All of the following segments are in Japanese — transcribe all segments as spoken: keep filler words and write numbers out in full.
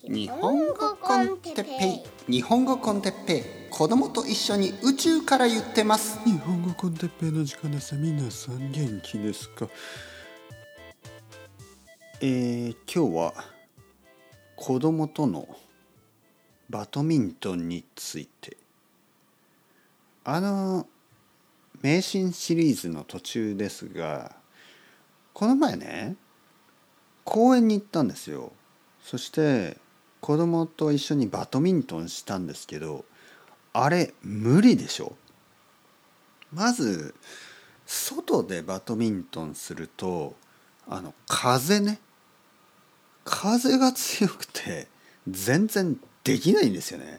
日本語コンテッペイ日本語コンテッペイ子供と一緒に宇宙から言ってます。 日本語コンテッペイの時間です。皆さん元気ですか？えー、今日は子供とのバドミントンについて、あの迷信シリーズの途中ですが、この前ね公園に行ったんですよ。そして子供と一緒にバドミントンしたんですけど、あれ無理でしょ。まず外でバドミントンするとあの風ね風が強くて全然できないんですよね。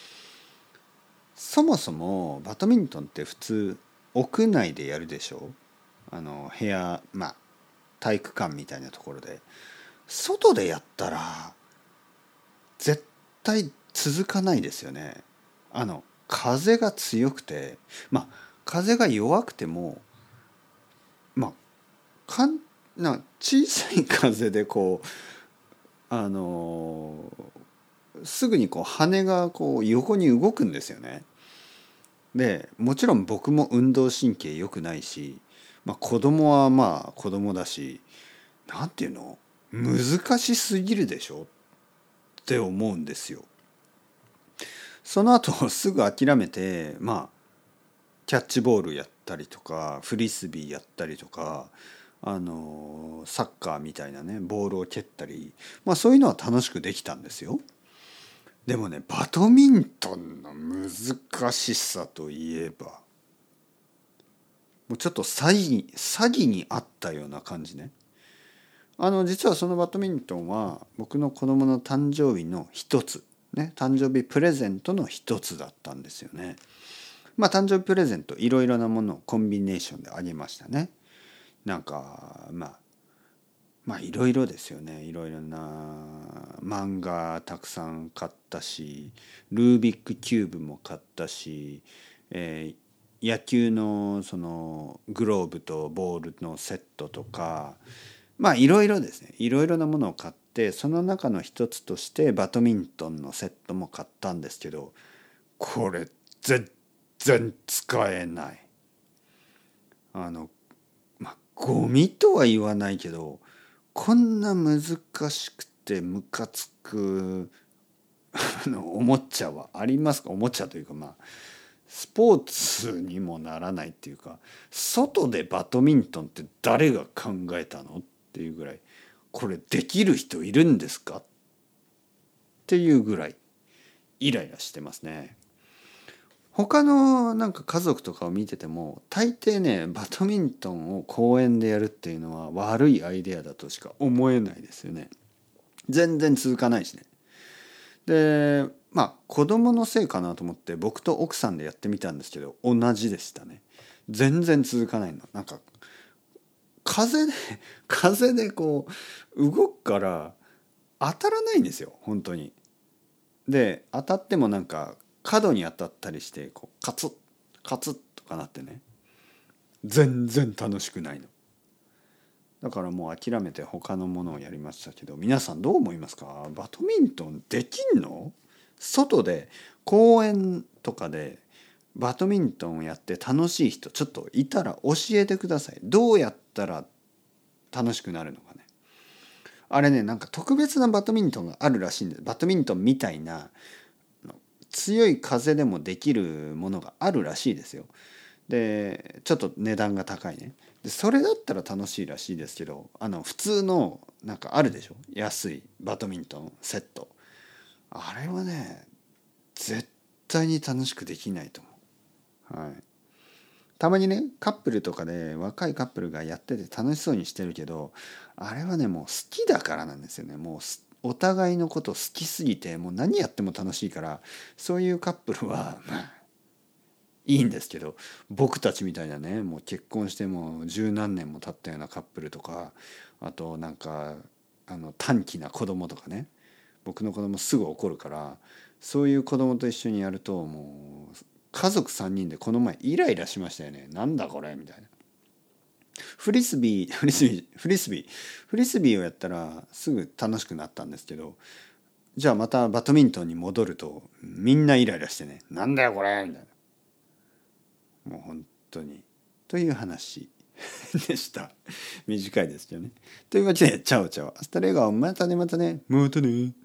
そもそもバドミントンって普通屋内でやるでしょ。あの部屋、まあ体育館みたいなところで。外でやったら絶対続かないですよね。あの風が強くて、まあ風が弱くてもまあかんな小さい風でこうあのーすぐにこう羽がこう横に動くんですよね。でもちろん僕も運動神経良くないし、まあ、子供はまあ子供だし、なんていうの難しすぎるでしょって思うんですよ。その後すぐ諦めて、まあキャッチボールやったりとかフリスビーやったりとか、あのサッカーみたいなねボールを蹴ったり、まあそういうのは楽しくできたんですよ。でもねバドミントンの難しさといえばもうちょっと詐欺詐欺にあったような感じね。あの実はそのバドミントンは僕の子供の誕生日の一つね、誕生日プレゼントの一つだったんですよね。まあ誕生日プレゼントいろいろなものをコンビネーションであげましたね。なんかまあまあいろいろですよね。いろいろな漫画たくさん買ったし、ルービックキューブも買ったし、えー、野球のそのグローブとボールのセットとか、まあいろいろですね。いろいろなものを買って、その中の一つとしてバドミントンのセットも買ったんですけど、これ全然使えない。あのまあゴミとは言わないけど、こんな難しくてムカつくあのおもちゃはありますか？おもちゃというかまあスポーツにもならないっていうか、外でバドミントンって誰が考えたのっていうぐらい、これできる人いるんですかっていうぐらいイライラしてますね。他のなんか家族とかを見てても大抵ねバドミントンを公園でやるっていうのは悪いアイデアだとしか思えないですよね。全然続かないしね。でまあ子供のせいかなと思って僕と奥さんでやってみたんですけど同じでしたね。全然続かないの。なんか風で風でこう動くから当たらないんですよ本当に。で当たってもなんか角に当たったりしてこうカツッカツッとかなってね、全然楽しくないの。だからもう諦めて他のものをやりましたけど、皆さんどう思いますか？バドミントンできんの？外で公園とかでバドミントンをやって楽しい人ちょっといたら教えてください。どうやったら楽しくなるのかね。あれねなんか特別なバドミントンがあるらしいんです。バドミントンみたいな強い風でもできるものがあるらしいですよ。でちょっと値段が高いね。でそれだったら楽しいらしいですけど、あの普通のなんかあるでしょ、安いバドミントンセット。あれはね絶対に楽しくできないと思う。はい。たまにねカップルとかで若いカップルがやってて楽しそうにしてるけど、あれはねもう好きだからなんですよね。もうお互いのこと好きすぎてもう何やっても楽しいから、そういうカップルはまあいいんですけど、僕たちみたいなねもう結婚してもう十何年も経ったようなカップルとか、あとなんかあの短気な子供とかね、僕の子供すぐ怒るから、そういう子供と一緒にやるともう家族さんにんでこの前イライラしましたよね。なんだこれみたいな。フリスビーフリスビーフリスビーフリスビーをやったらすぐ楽しくなったんですけど、 じゃあまたバドミントンに戻るとみんなイライラしてね、なんだよこれみたいな、もう本当にという話でした。短いですよね。というわけでチャオチャオ、アスタレガオ、またねまたねまたね。